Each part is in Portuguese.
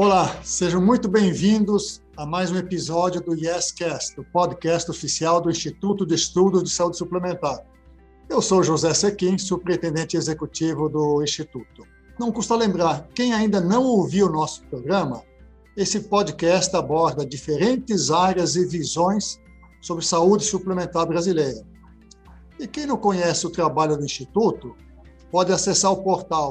Olá, sejam muito bem-vindos a mais um episódio do YesCast, o podcast oficial do Instituto de Estudos de Saúde Suplementar. Eu sou José Sequim, superintendente executivo do Instituto. Não custa lembrar, quem ainda não ouviu o nosso programa, esse podcast aborda diferentes áreas e visões sobre saúde suplementar brasileira. E quem não conhece o trabalho do Instituto, pode acessar o portal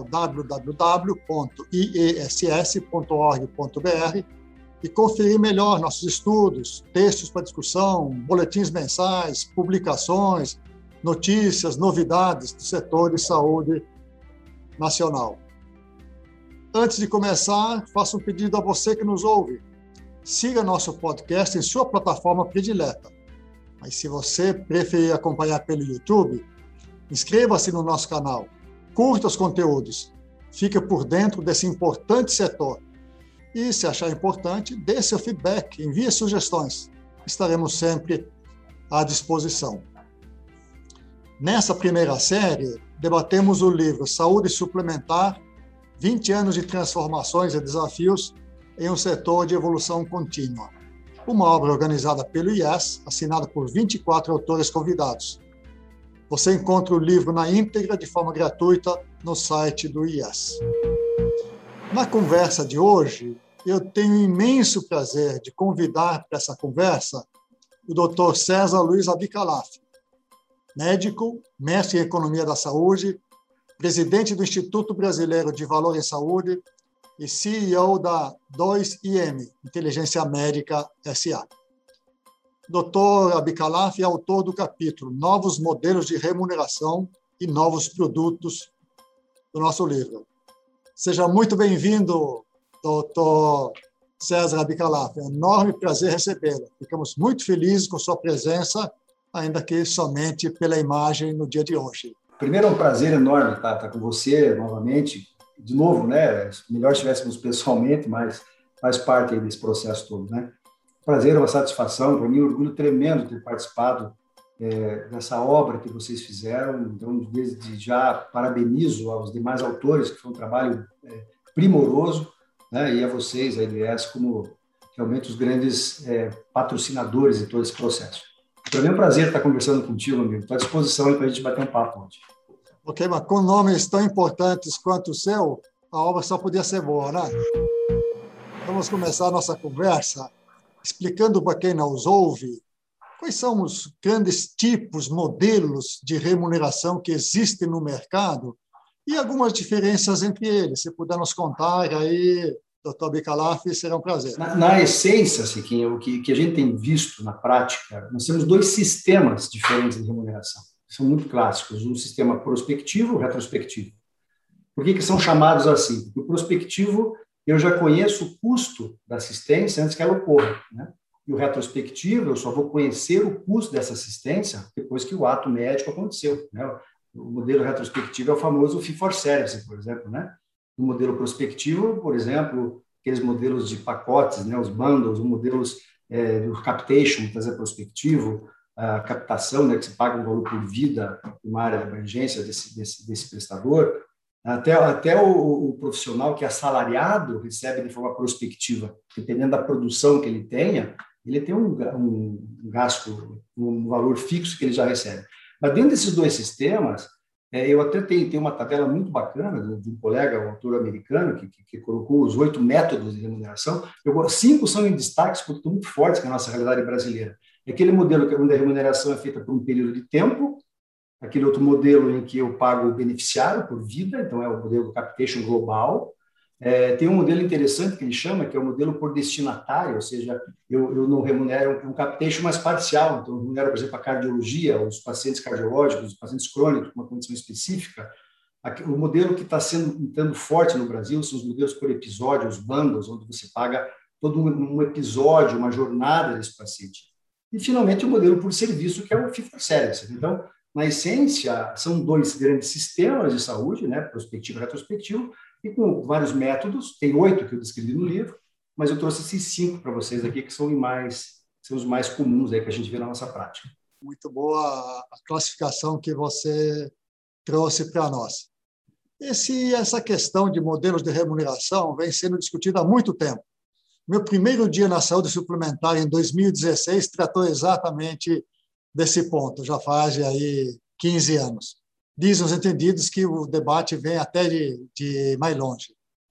www.iess.org.br e conferir melhor nossos estudos, textos para discussão, boletins mensais, publicações, notícias, novidades do setor de saúde nacional. Antes de começar, faço um pedido a você que nos ouve. Siga nosso podcast em sua plataforma predileta. Mas se você preferir acompanhar pelo YouTube, inscreva-se no nosso canal. Curta os conteúdos, fique por dentro desse importante setor. E, se achar importante, dê seu feedback, envie sugestões. Estaremos sempre à disposição. Nessa primeira série, debatemos o livro Saúde Suplementar, 20 anos de transformações e desafios em um setor de evolução contínua. Uma obra organizada pelo IES, assinada por 24 autores convidados. Você encontra o livro na íntegra, de forma gratuita, no site do IES. Na conversa de hoje, eu tenho o imenso prazer de convidar para essa conversa o Dr. César Luiz Abikalaf, médico, mestre em Economia da Saúde, presidente do Instituto Brasileiro de Valor em Saúde e CEO da 2IM, Inteligência Médica SA. Dr. Abikalaf é autor do capítulo Novos Modelos de Remuneração e Novos Produtos do nosso livro. Seja muito bem-vindo, Dr. César Abikalaf. É um enorme prazer recebê-lo. Ficamos muito felizes com sua presença, ainda que somente pela imagem no dia de hoje. Primeiro, é um prazer enorme estar com você novamente. De novo, né? Melhor se estivéssemos pessoalmente, mas faz parte aí desse processo todo, né? Prazer, uma satisfação, para mim, um orgulho tremendo ter participado dessa obra que vocês fizeram. Então, desde já, parabenizo aos demais autores, que foi um trabalho primoroso, né? E a vocês, a IDS, como realmente os grandes patrocinadores de todo esse processo. Para mim é um prazer estar conversando contigo, amigo. Estou à disposição para a gente bater um papo hoje. Ok, mas com nomes tão importantes quanto o seu, a obra só podia ser boa, né? Vamos começar a nossa conversa explicando para quem nos ouve quais são os grandes tipos, modelos de remuneração que existem no mercado e algumas diferenças entre eles. Se puder nos contar aí, Dr. Abikalaf, será um prazer. Na essência, Siquinho, o que a gente tem visto na prática, nós temos dois sistemas diferentes de remuneração. São muito clássicos, um sistema prospectivo e o retrospectivo. Por que são chamados assim? Porque o prospectivo, eu já conheço o custo da assistência antes que ela ocorra, né? E o retrospectivo, eu só vou conhecer o custo dessa assistência depois que o ato médico aconteceu, né? O modelo retrospectivo é o famoso fee-for-service, por exemplo, né? No modelo prospectivo, por exemplo, aqueles modelos de pacotes, né? Os bundles, os modelos do capitation, que é prospectivo, a captação, né? Que se paga um valor por vida, uma área de abrangência desse prestador. Até o profissional que é assalariado recebe de forma prospectiva, dependendo da produção que ele tenha, ele tem um gasto, um valor fixo que ele já recebe. Mas dentro desses dois sistemas, eu até tenho uma tabela muito bacana de um colega, um autor americano, que colocou os 8 métodos de remuneração. 5 são em destaques, porque estão muito fortes com a nossa realidade brasileira. É aquele modelo onde a remuneração é feita por um período de tempo, aquele outro modelo em que eu pago o beneficiário por vida, então é o modelo do capitation global. Tem um modelo interessante que ele chama, que é o modelo por destinatário, ou seja, eu não remunero um capitation mais parcial, então eu remunero, por exemplo, a cardiologia, os pacientes cardiológicos, os pacientes crônicos com uma condição específica. O modelo que está entrando forte no Brasil são os modelos por episódio, os bundles, onde você paga todo um episódio, uma jornada desse paciente. E, finalmente, o modelo por serviço, que é o fee-for-service. Então, na essência, são dois grandes sistemas de saúde, né, prospectivo e retrospectivo, e com vários métodos. Tem 8 que eu descrevi no livro, mas eu trouxe esses 5 para vocês aqui, que são os mais comuns aí que a gente vê na nossa prática. Muito boa a classificação que você trouxe para nós. Essa questão de modelos de remuneração vem sendo discutida há muito tempo. Meu primeiro dia na saúde suplementar, em 2016, tratou exatamente desse ponto, já faz aí 15 anos. Dizem os entendidos que o debate vem até de mais longe.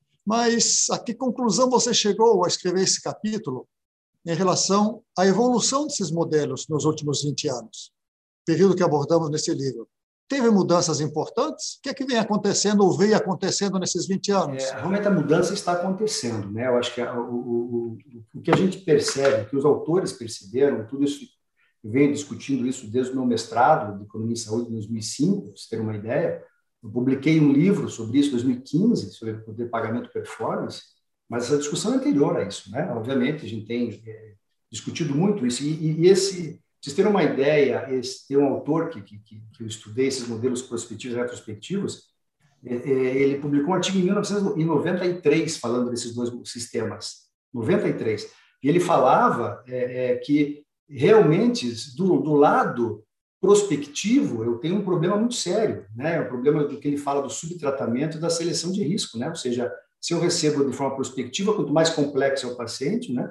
Mas a que conclusão você chegou a escrever esse capítulo em relação à evolução desses modelos nos últimos 20 anos, período que abordamos nesse livro? Teve mudanças importantes? O que é que vem acontecendo ou veio acontecendo nesses 20 anos? Realmente a mudança está acontecendo, né? Eu acho que o que a gente percebe, o que os autores perceberam, tudo isso, eu venho discutindo isso desde o meu mestrado de Economia e Saúde, em 2005, para vocês terem uma ideia. Eu publiquei um livro sobre isso em 2015, sobre o poder pagamento performance, mas essa discussão é anterior a isso, né? Obviamente, a gente tem discutido muito isso, e esse... Vocês terem uma ideia, tem um autor que eu estudei esses modelos prospectivos e retrospectivos, ele publicou um artigo em 1993 falando desses dois sistemas, 93. E ele falava que realmente do lado prospectivo eu tenho um problema muito sério, né? O problema do que ele fala do subtratamento e da seleção de risco, né? Ou seja, se eu recebo de forma prospectiva, quanto mais complexo é o paciente, né?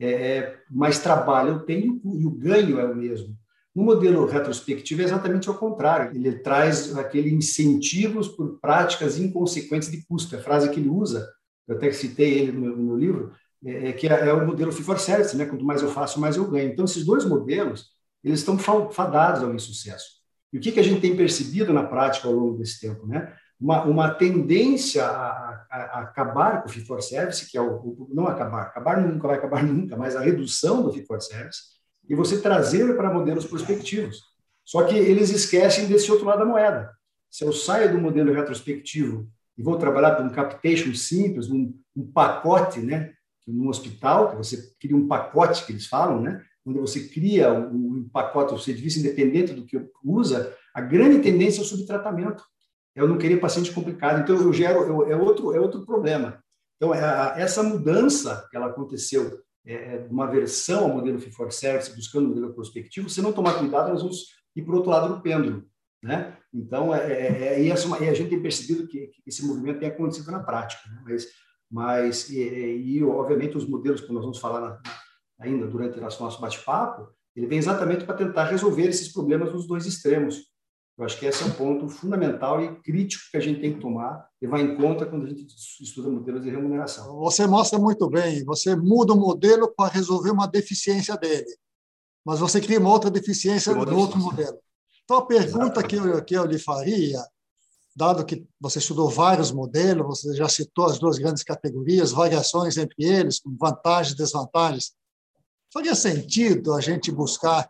Mais trabalho eu tenho e o ganho é o mesmo. No modelo retrospectivo é exatamente o contrário. Ele traz aquele incentivos por práticas inconsequentes de custo. A frase que ele usa, eu até citei ele no meu livro, que é o modelo fee for service, né? Quanto mais eu faço, mais eu ganho. Então, esses dois modelos, eles estão fadados ao insucesso. E o que a gente tem percebido na prática ao longo desse tempo, né? Uma tendência a acabar com o fee for service, que é não acabar nunca vai acabar nunca, mas a redução do fee for service, e você trazer para modelos prospectivos. Só que eles esquecem desse outro lado da moeda. Se eu saio do modelo retrospectivo e vou trabalhar com um capitation simples, um pacote, né, num hospital, que você cria um pacote que eles falam, né, onde você cria um pacote, o serviço independente do que usa, a grande tendência é o subtratamento. Eu não queria paciente complicado, então eu gero é outro problema. Então essa mudança que ela aconteceu uma versão ao modelo fee for service, buscando o modelo prospectivo, se não tomar cuidado, nós vamos ir para o outro lado do pêndulo, né? Então e a gente tem percebido que esse movimento tem acontecido na prática, né? Mas obviamente os modelos que nós vamos falar ainda durante o nosso bate-papo, ele vem exatamente para tentar resolver esses problemas nos dois extremos. Eu acho que esse é um ponto fundamental e crítico que a gente tem que tomar, levar em conta quando a gente estuda modelos de remuneração. Você mostra muito bem, você muda o modelo para resolver uma deficiência dele, mas você cria uma outra deficiência no outro modelo. Então, a pergunta que eu lhe faria, dado que você estudou vários modelos, você já citou as duas grandes categorias, variações entre eles, com vantagens e desvantagens, faria sentido a gente buscar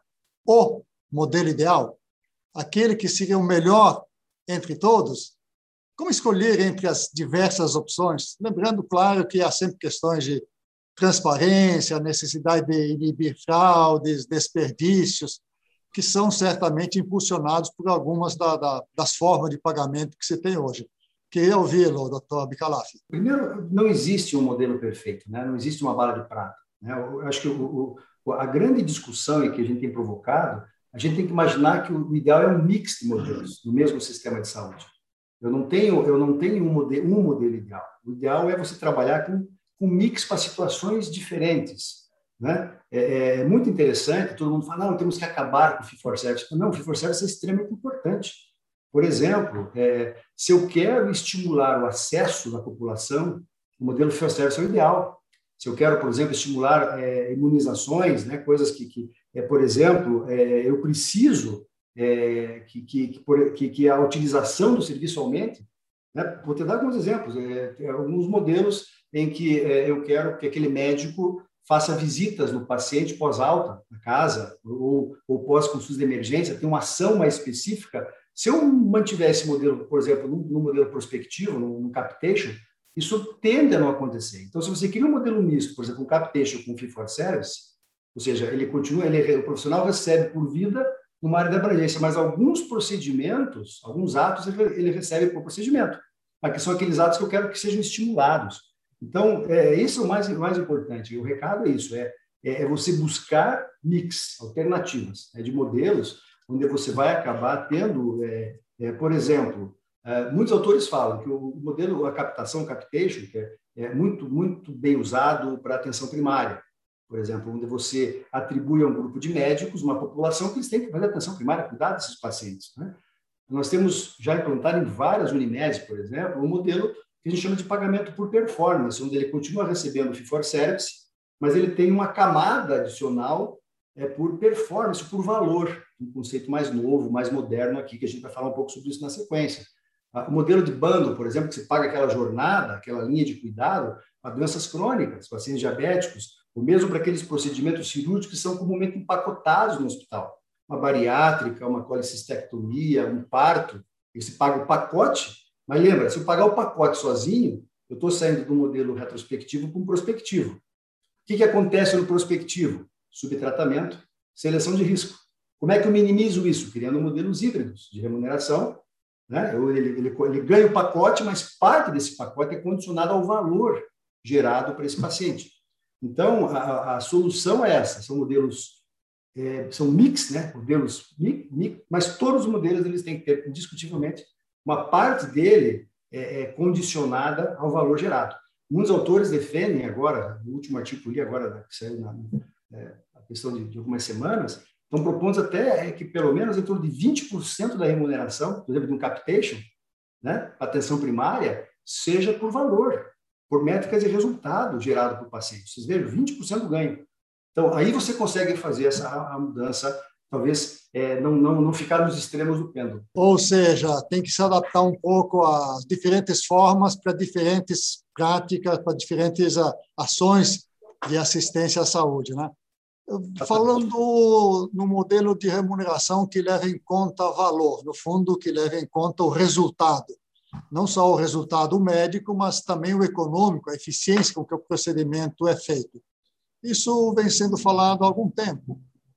o modelo ideal? Aquele que seria o melhor entre todos? Como escolher entre as diversas opções? Lembrando, claro, que há sempre questões de transparência, necessidade de inibir fraudes, desperdícios, que são certamente impulsionados por algumas das formas de pagamento que se tem hoje. Queria ouvi-lo, doutor Bicalaf. Primeiro, não existe um modelo perfeito, né? Não existe uma bala de prata, né? Eu acho que a grande discussão que a gente tem provocado, a gente tem que imaginar que o ideal é um mix de modelos no mesmo sistema de saúde. Eu não tenho um modelo ideal. O ideal é você trabalhar com mix para situações diferentes, né? É muito interessante, todo mundo fala, não, temos que acabar com o fee for service. Não, o fee for service é extremamente importante. Por exemplo, se eu quero estimular o acesso da população, o modelo fee for service é o ideal. Se eu quero, por exemplo, estimular imunizações, né, coisas por exemplo, eu preciso que a utilização do serviço aumente, né? Vou te dar alguns exemplos. Alguns modelos em que eu quero que aquele médico faça visitas no paciente pós-alta, na casa, ou pós-consultas de emergência, tem uma ação mais específica. Se eu mantiver esse modelo, por exemplo, no modelo prospectivo, no capitation, isso tende a não acontecer. Então, se você cria um modelo misto, por exemplo, um capitation com fee for service, ou seja, o profissional recebe por vida numa área de abrangência, mas alguns procedimentos, alguns atos, ele recebe por procedimento, que são aqueles atos que eu quero que sejam estimulados. Então, isso é o mais importante. O recado é isso, é você buscar mix, alternativas, de modelos, onde você vai acabar tendo, por exemplo, Muitos autores falam que o modelo, a captation, que é muito, muito bem usado para atenção primária. Por exemplo, onde você atribui a um grupo de médicos uma população que eles têm que fazer atenção primária, cuidar desses pacientes, né? Nós temos já implantado em várias Unimedes, por exemplo, um modelo que a gente chama de pagamento por performance, onde ele continua recebendo fee for service, mas ele tem uma camada adicional por performance, por valor, um conceito mais novo, mais moderno aqui, que a gente vai falar um pouco sobre isso na sequência. O modelo de bundle, por exemplo, que você paga aquela jornada, aquela linha de cuidado para doenças crônicas, pacientes diabéticos, ou mesmo para aqueles procedimentos cirúrgicos que são comumente empacotados no hospital. Uma bariátrica, uma colicistectomia, um parto, você paga o pacote, mas lembra, se eu pagar o pacote sozinho, eu estou saindo do modelo retrospectivo para um prospectivo. O que acontece no prospectivo? Subtratamento, seleção de risco. Como é que eu minimizo isso? Criando modelos híbridos de remuneração, né? Ele ganha o pacote, mas parte desse pacote é condicionado ao valor gerado para esse paciente. Então, a solução é essa, são modelos, são mix, né? Modelos mix, mas todos os modelos eles têm que ter, indiscutivelmente, uma parte dele condicionada ao valor gerado. Muitos autores defendem agora, no último artigo que eu li agora, que saiu a questão de algumas semanas, estão propondo até que pelo menos em torno de 20% da remuneração, por exemplo, de um capitation, né, atenção primária, seja por valor, por métricas e resultado gerado para o paciente. Vocês vejam, 20% do ganho. Então, aí você consegue fazer a mudança, talvez não ficar nos extremos do pêndulo. Ou seja, tem que se adaptar um pouco às diferentes formas, para diferentes práticas, para diferentes ações de assistência à saúde, né? Falando no modelo de remuneração que leva em conta valor, no fundo, que leva em conta o resultado, não só o resultado médico, mas também o econômico, a eficiência com que o procedimento é feito. Isso vem sendo falado há algum tempo,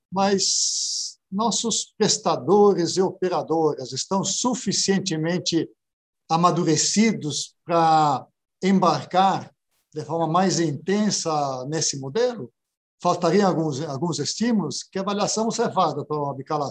mas nossos prestadores e operadoras estão suficientemente amadurecidos para embarcar de forma mais intensa nesse modelo? Faltariam alguns estímulos? Que avaliação você faz, doutor Abicalaf?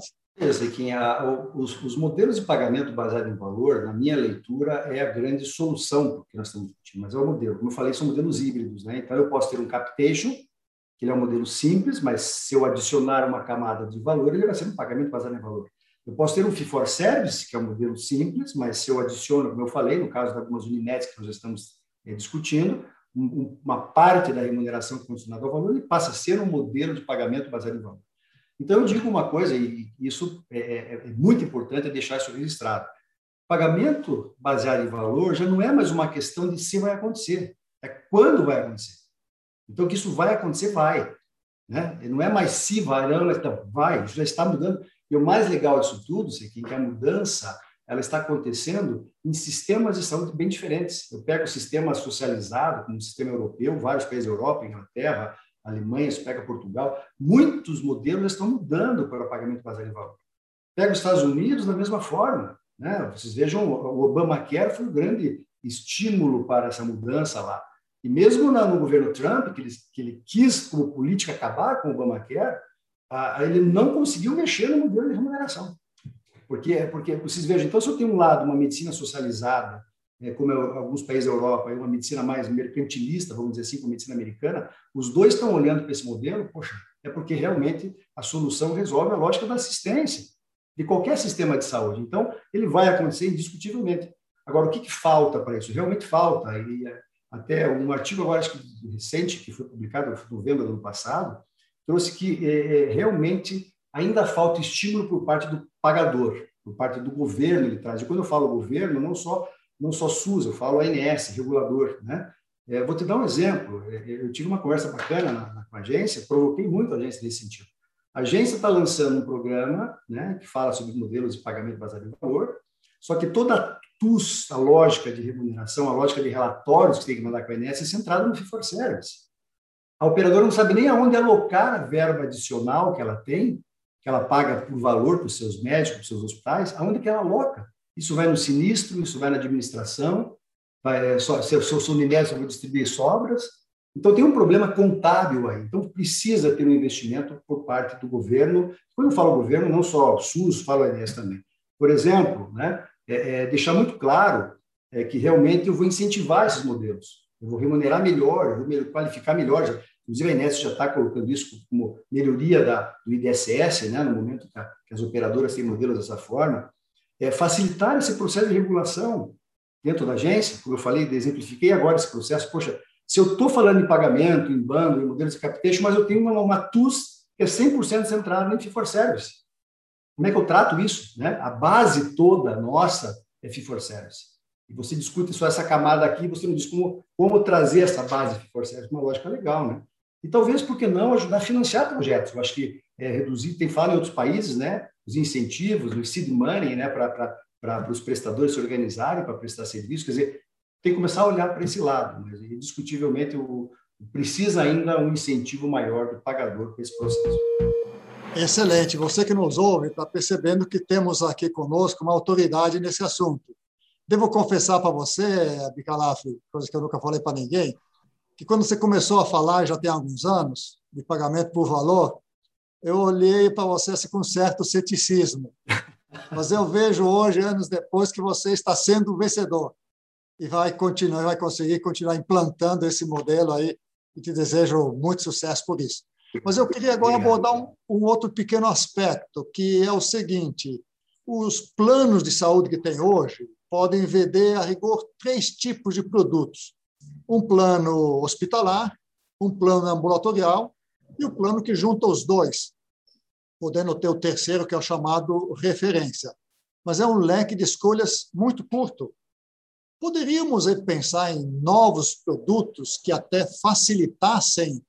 Os modelos de pagamento baseado em valor, na minha leitura, é a grande solução que nós estamos discutindo, mas é o modelo. Como eu falei, são modelos híbridos, né? Então, eu posso ter um capitation, que ele é um modelo simples, mas se eu adicionar uma camada de valor, ele vai ser um pagamento baseado em valor. Eu posso ter um fee for service, que é um modelo simples, mas se eu adiciono, como eu falei, no caso de algumas Unimedes que nós estamos discutindo, uma parte da remuneração condicionada ao valor, ele passa a ser um modelo de pagamento baseado em valor. Então, eu digo uma coisa, e isso é muito importante deixar isso registrado. Pagamento baseado em valor já não é mais uma questão de se vai acontecer, é quando vai acontecer. Então, que isso vai acontecer, vai. Né? Não é mais se vai, não, mas vai, isso já está mudando. E o mais legal disso tudo é que a mudança ela está acontecendo em sistemas de saúde bem diferentes. Eu pego o sistema socializado, como o sistema europeu, vários países da Europa, Inglaterra, Alemanha, você pega Portugal, muitos modelos estão mudando para o pagamento baseado em valor. Pega os Estados Unidos da mesma forma. Né? Vocês vejam, o Obamacare foi um grande estímulo para essa mudança lá. E mesmo no governo Trump, que ele quis, como política, acabar com o Obamacare, ele não conseguiu mexer no modelo de remuneração. Porque vocês vejam, então, se eu tenho um lado uma medicina socializada, como alguns países da Europa, uma medicina mais mercantilista, vamos dizer assim, como a medicina americana, os dois estão olhando para esse modelo, poxa, é porque realmente a solução resolve a lógica da assistência, de qualquer sistema de saúde. Então, ele vai acontecer indiscutivelmente. Agora, o que falta para isso? Realmente falta, e até um artigo agora, acho que recente, que foi publicado em novembro do ano passado, trouxe que realmente ainda falta estímulo por parte do pagador, por parte do governo, ele traz. E quando eu falo governo, não só SUS, eu falo ANS, regulador, né? Vou te dar um exemplo. Eu tive uma conversa bacana com a agência, provoquei muito a agência nesse sentido. A agência está lançando um programa, né, que fala sobre modelos de pagamento baseado em valor, só que toda a lógica de remuneração, a lógica de relatórios que tem que mandar com a ANS é centrada no fee for service. A operadora não sabe nem aonde alocar a verba adicional que ela tem, que ela paga por valor para os seus médicos, para os seus hospitais, aonde que ela aloca. Isso vai no sinistro, isso vai na administração, se eu sou Unimed, eu vou distribuir sobras. Então, tem um problema contábil aí. Então, precisa ter um investimento por parte do governo. Quando eu falo governo, não só o SUS, falo a ANS também. Por exemplo, né, deixar muito claro que realmente eu vou incentivar esses modelos, eu vou remunerar melhor, eu vou qualificar melhor. Inclusive, a Inés já está colocando isso como melhoria do IDSS, né, no momento que as operadoras têm modelos dessa forma, facilitar esse processo de regulação dentro da agência. Como eu falei, exemplifiquei agora esse processo. Poxa, se eu estou falando em pagamento, em bando, em modelos de capitation, mas eu tenho uma TUS que é 100% centrada em fee-for-service. Como é que eu trato isso? Né? A base toda nossa é fee-for-service. E você discute só essa camada aqui, você não diz como trazer essa base fee-for-service, uma lógica legal, né? E talvez, por que não, ajudar a financiar projetos. Eu acho que reduzir, tem falado em outros países, né? Os incentivos, o seed money, né? Para os prestadores se organizarem para prestar serviço. Quer dizer, tem que começar a olhar para esse lado. Mas, indiscutivelmente, precisa ainda um incentivo maior do pagador para esse processo. Excelente. Você que nos ouve está percebendo que temos aqui conosco uma autoridade nesse assunto. Devo confessar para você, Bicalaf, coisa que eu nunca falei para ninguém, que quando você começou a falar, já tem alguns anos, de pagamento por valor, eu olhei para você assim, com certo ceticismo. Mas eu vejo hoje, anos depois, que você está sendo vencedor e vai conseguir continuar implantando esse modelo aí, e te desejo muito sucesso por isso. Mas eu queria agora abordar um outro pequeno aspecto, que é o seguinte: os planos de saúde que tem hoje podem vender, a rigor, 3 tipos de produtos. Um plano hospitalar, um plano ambulatorial e o plano que junta os dois, podendo ter o terceiro, que é o chamado referência. Mas é um leque de escolhas muito curto. Poderíamos pensar em novos produtos que até facilitassem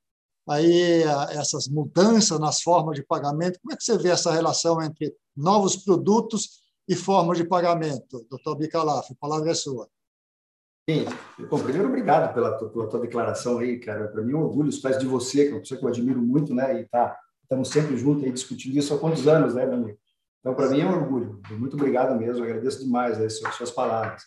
aí essas mudanças nas formas de pagamento? Como é que você vê essa relação entre novos produtos e formas de pagamento, doutor Bicalaf? A palavra é sua. Sim. Bom, primeiro, obrigado pela tua declaração aí, cara. Para mim é um orgulho, isso faz de você, que é uma pessoa que eu admiro muito, né? E estamos sempre juntos aí discutindo isso há quantos anos, né, meu amigo? Então, para mim é um orgulho. Muito obrigado mesmo, agradeço demais as suas palavras.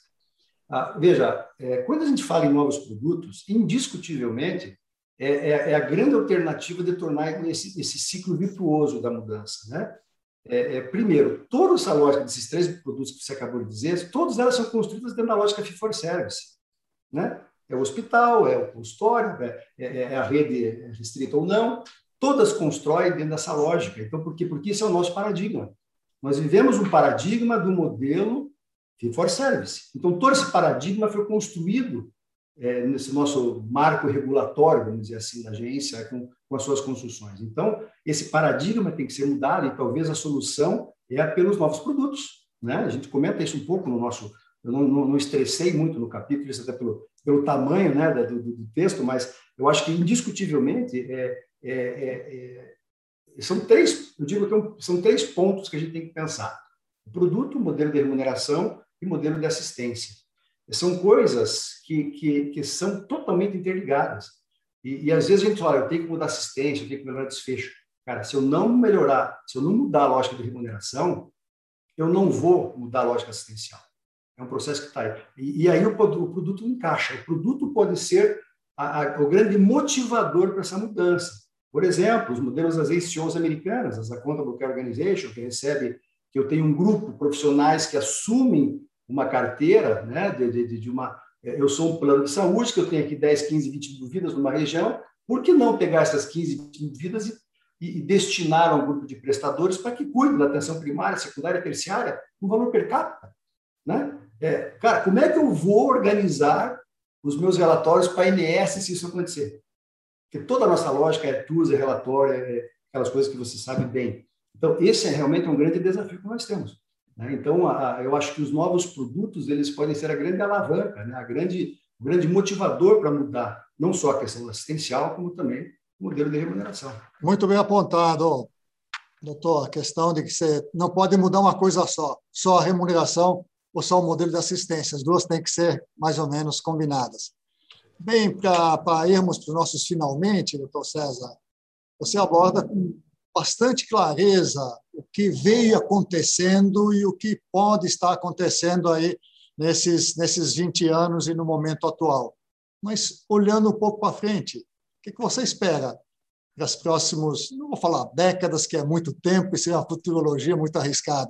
Veja, quando a gente fala em novos produtos, indiscutivelmente, é a grande alternativa de tornar esse ciclo virtuoso da mudança, né? Primeiro, toda essa lógica desses 3 produtos que você acabou de dizer, todas elas são construídas dentro da lógica fee-for-service, né? É o hospital, é o consultório, é a rede restrita ou não, todas constroem dentro dessa lógica. Então, por quê? Porque esse é o nosso paradigma. Nós vivemos um paradigma do modelo fee-for-service. Então, todo esse paradigma foi construído nesse nosso marco regulatório, vamos dizer assim, da agência, com as suas construções. Então, esse paradigma tem que ser mudado e talvez a solução é pelos novos produtos, né? A gente comenta isso um pouco no nosso... Eu não estressei muito no capítulo, isso até pelo tamanho, né, do texto, mas eu acho que, indiscutivelmente, são 3, eu digo que são 3 pontos que a gente tem que pensar: o produto, o modelo de remuneração e o modelo de assistência. São coisas que são totalmente interligadas. E às vezes a gente fala, eu tenho que mudar assistência, eu tenho que melhorar desfecho. Cara, se eu não mudar a lógica de remuneração, eu não vou mudar a lógica assistencial. É um processo que está aí. E aí o produto encaixa. O produto pode ser o grande motivador para essa mudança. Por exemplo, os modelos das ACOs americanas, as Accountable Care Organization, que eu tenho um grupo de profissionais que assumem uma carteira, né, eu sou um plano de saúde, que eu tenho aqui 10, 15, 20 mil vidas numa região, por que não pegar essas 15, 20 mil vidas e destinar a um grupo de prestadores para que cuide da atenção primária, secundária e terciária no valor per capita, né? Cara, como é que eu vou organizar os meus relatórios para a ANS se isso acontecer? Porque toda a nossa lógica é TUS, é relatório, aquelas coisas que você sabe bem. Então, esse é realmente um grande desafio que nós temos. Então, eu acho que os novos produtos eles podem ser a grande alavanca, né? O grande motivador para mudar não só a questão assistencial, como também o modelo de remuneração. Muito bem apontado, doutor. A questão de que você não pode mudar uma coisa só a remuneração ou só o modelo de assistência. As duas têm que ser mais ou menos combinadas. Bem, para irmos para os nossos finalmente, doutor César, você aborda com bastante clareza o que veio acontecendo e o que pode estar acontecendo aí nesses 20 anos e no momento atual. Mas, olhando um pouco para frente, o que você espera das próximos, não vou falar décadas, que é muito tempo, isso é uma futurologia muito arriscada,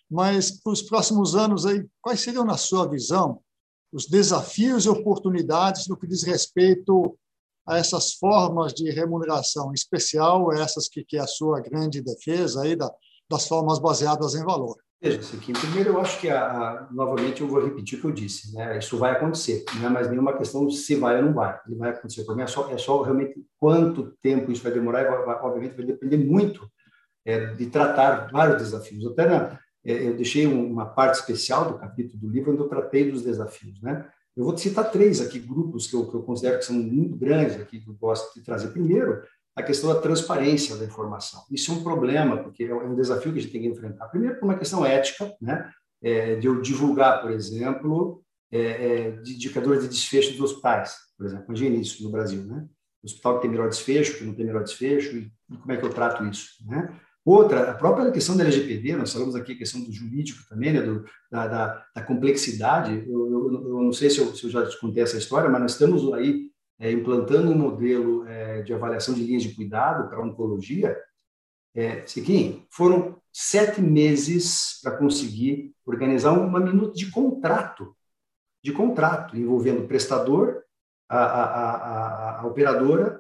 mas para os próximos anos, aí, quais seriam, na sua visão, os desafios e oportunidades no que diz respeito a essas formas de remuneração, em especial essas que é a sua grande defesa aí das formas baseadas em valor? Veja, Siquinho, primeiro eu acho que, novamente, eu vou repetir o que eu disse, né? Isso vai acontecer, não é mais nenhuma questão de se vai ou não vai, ele vai acontecer. Para mim é só realmente quanto tempo isso vai demorar, e obviamente vai depender muito de tratar vários desafios. Eu deixei uma parte especial do capítulo do livro onde eu tratei dos desafios, né? Eu vou citar 3 aqui, grupos que eu considero que são muito grandes aqui, que eu gosto de trazer. Primeiro, a questão da transparência da informação. Isso é um problema, porque é um desafio que a gente tem que enfrentar. Primeiro, por uma questão ética, né? De eu divulgar, por exemplo, de indicadores de desfecho dos hospitais, por exemplo. Imagine isso no Brasil, né? O hospital que tem melhor desfecho, que não tem melhor desfecho, e como é que eu trato isso, né? Outra, a própria questão da LGPD, nós falamos aqui a questão do jurídico também, né, da complexidade. Eu não sei se eu já te contei essa história, mas nós estamos aí implantando um modelo de avaliação de linhas de cuidado para a oncologia. Seguinte, foram 7 meses para conseguir organizar uma minuta de contrato envolvendo o prestador, a operadora,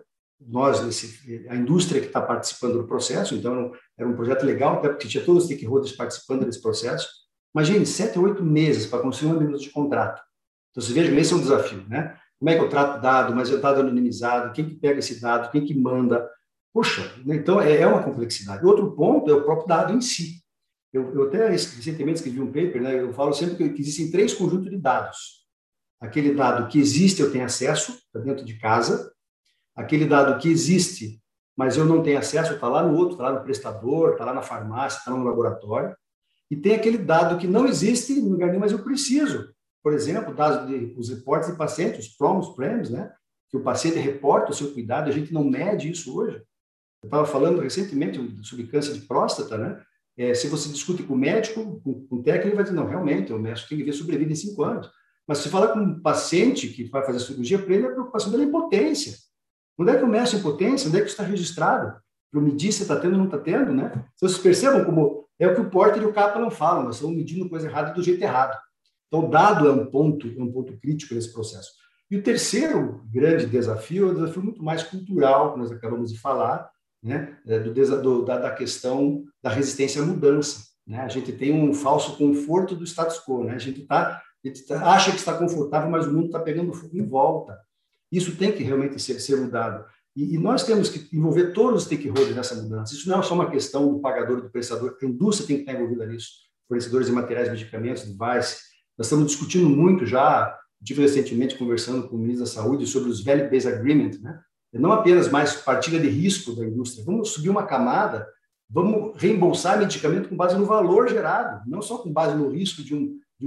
a indústria que está participando do processo. Então era um projeto legal, até porque tinha todos os stakeholders participando desse processo. Imagine, 7 ou 8 meses para construir uma minuta de contrato. Então, você veja, esse é um desafio, né? Como é que eu trato dado, mas é dado anonimizado, quem que pega esse dado, quem que manda? Poxa, então é uma complexidade. Outro ponto é o próprio dado em si. Eu até recentemente escrevi um paper, né? Eu falo sempre que existem 3 conjuntos de dados. Aquele dado que existe, eu tenho acesso, está dentro de casa. Aquele dado que existe, mas eu não tenho acesso, está lá no outro, está lá no prestador, está lá na farmácia, está lá no laboratório. E tem aquele dado que não existe em lugar nenhum, mas eu preciso. Por exemplo, os reportes de pacientes, os PROMs, né? Que o paciente reporta o seu cuidado, a gente não mede isso hoje. Eu estava falando recentemente sobre câncer de próstata, né? Se você discute com o médico, com o técnico, ele vai dizer, não, realmente, o médico tem que ver sobrevida em 5 anos. Mas se fala com um paciente que vai fazer cirurgia, para ele a preocupação dele é impotência. Onde é que eu meço a impotência? Onde é que isso está registrado? Para eu medir se está tendo ou não está tendo, né? Então, vocês percebam como é o que o Porter e o Kaplan falam, nós estamos medindo coisa errada do jeito errado. Então, o dado é um ponto crítico nesse processo. E o terceiro grande desafio é um desafio muito mais cultural, que nós acabamos de falar, né? Da questão da resistência à mudança, né? A gente tem um falso conforto do status quo, né? A gente acha que está confortável, mas o mundo está pegando fogo em volta. Isso tem que realmente ser mudado. E nós temos que envolver todos os stakeholders nessa mudança. Isso não é só uma questão do pagador e do prestador, a indústria tem que estar envolvida nisso, fornecedores de materiais, medicamentos, devices. Nós estamos discutindo muito já, tive recentemente conversando com o ministro da Saúde sobre os Value-Based Agreement, né? Não apenas mais partilha de risco da indústria, vamos subir uma camada, vamos reembolsar medicamento com base no valor gerado, não só com base no risco de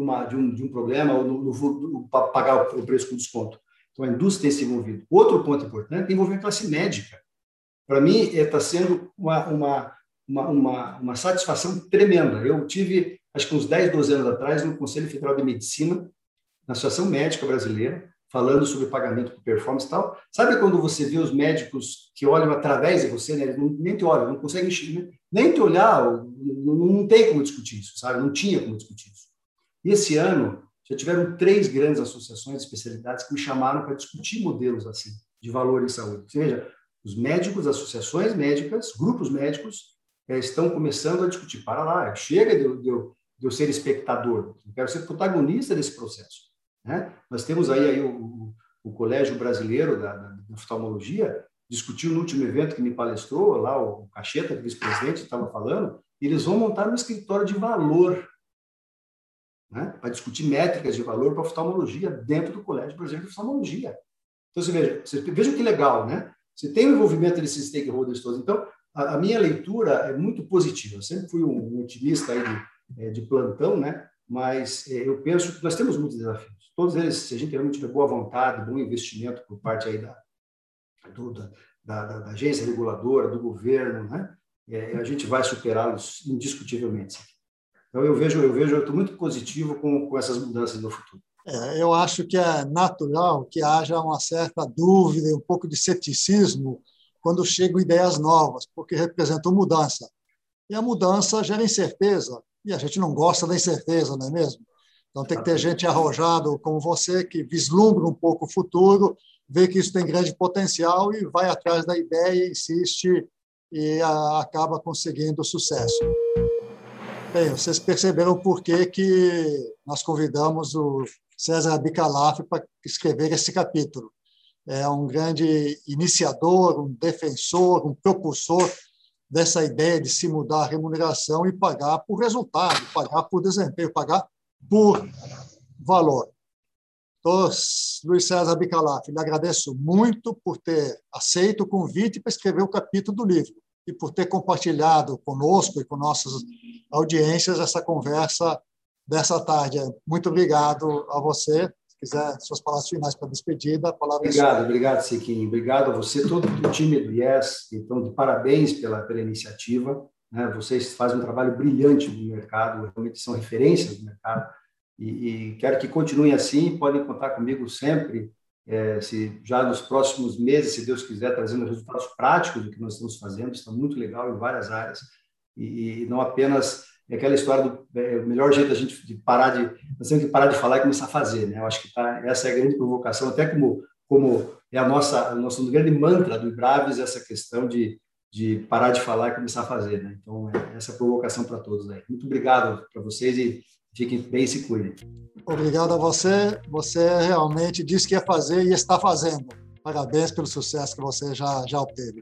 um problema ou no pagar o preço com desconto. Então, a indústria tem se envolvido. Outro ponto importante é envolver a classe médica. Para mim, está sendo uma satisfação tremenda. Eu tive, acho que uns 10, 12 anos atrás, no Conselho Federal de Medicina, na Associação Médica Brasileira, falando sobre pagamento por performance e tal. Sabe quando você vê os médicos que olham através de você, né? Eles nem te olham, não conseguem nem te olhar, não tem como discutir isso, sabe? Não tinha como discutir isso. E esse ano, já tiveram 3 grandes associações de especialidades que me chamaram para discutir modelos assim, de valor em saúde. Ou seja, os médicos, associações médicas, grupos médicos, estão começando a discutir. Para lá, chega de eu ser espectador, eu quero ser protagonista desse processo, né? Nós temos aí o Colégio Brasileiro da Oftalmologia, discutiu no último evento que me palestrou, lá o Cacheta, que vice-presidente, estava falando, e eles vão montar um escritório de valor, né, para discutir métricas de valor para a oftalmologia dentro do Colégio Brasileiro de Oftalmologia. Então, você veja que legal, né? Você tem o envolvimento desses stakeholders todos. Então, a minha leitura é muito positiva. Eu sempre fui um otimista aí de plantão, né? Mas eu penso que nós temos muitos desafios. Todos eles, se a gente realmente tiver boa vontade, bom investimento por parte aí da agência reguladora, do governo, né? A gente vai superá-los indiscutivelmente. Então, eu estou muito positivo com essas mudanças no futuro. Eu acho que é natural que haja uma certa dúvida e um pouco de ceticismo quando chegam ideias novas, porque representam mudança. E a mudança gera incerteza, e a gente não gosta da incerteza, não é mesmo? Então, tem que ter gente arrojada como você, que vislumbra um pouco o futuro, vê que isso tem grande potencial e vai atrás da ideia, insiste e acaba conseguindo sucesso. Bem, vocês perceberam por que nós convidamos o César Abicalaf para escrever esse capítulo. É um grande iniciador, um defensor, um propulsor dessa ideia de se mudar a remuneração e pagar por resultado, pagar por desempenho, pagar por valor. Então, Luiz César Abicalaf, lhe agradeço muito por ter aceito o convite para escrever o capítulo do livro e por ter compartilhado conosco e com nossas audiências essa conversa dessa tarde. Muito obrigado a você. Se quiser, suas palavras finais para a despedida, a palavra é sua. Obrigado, Siquinho. Obrigado a você, todo o time do IES. Então, de parabéns pela iniciativa. Né? Vocês fazem um trabalho brilhante no mercado, realmente são referências no mercado. E quero que continuem assim, podem contar comigo sempre, se já nos próximos meses, se Deus quiser, trazendo resultados práticos do que nós estamos fazendo, está muito legal em várias áreas, e não apenas aquela história do o melhor jeito da gente nós temos que parar de falar e começar a fazer, né? Eu acho que essa é a grande provocação, até como é o nosso grande mantra do IBRAVES, essa questão de parar de falar e começar a fazer, né? Então, essa é a provocação para todos aí. Muito obrigado para vocês e fiquem bem e se cuidem. Obrigado a você. Você realmente disse que ia fazer e está fazendo. Parabéns pelo sucesso que você já obteve.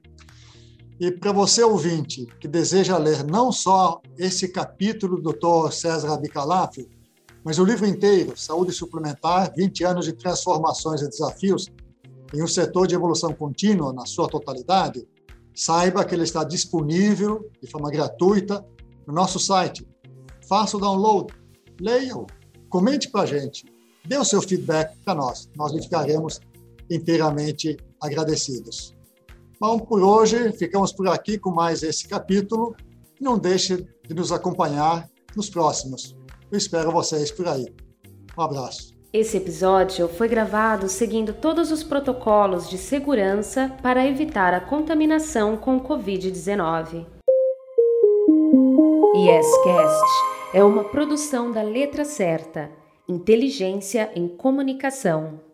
E para você, ouvinte, que deseja ler não só esse capítulo do Dr. César Abicalaf, mas o livro inteiro, Saúde Suplementar, 20 anos de transformações e desafios em um setor de evolução contínua na sua totalidade, saiba que ele está disponível de forma gratuita no nosso site. Faça o download. Leia-o, comente para a gente, dê o seu feedback para nós. Nós lhe ficaremos inteiramente agradecidos. Bom, por hoje, ficamos por aqui com mais esse capítulo. Não deixe de nos acompanhar nos próximos. Eu espero vocês por aí. Um abraço. Esse episódio foi gravado seguindo todos os protocolos de segurança para evitar a contaminação com o Covid-19. IEScast é uma produção da Letra Certa, Inteligência em Comunicação.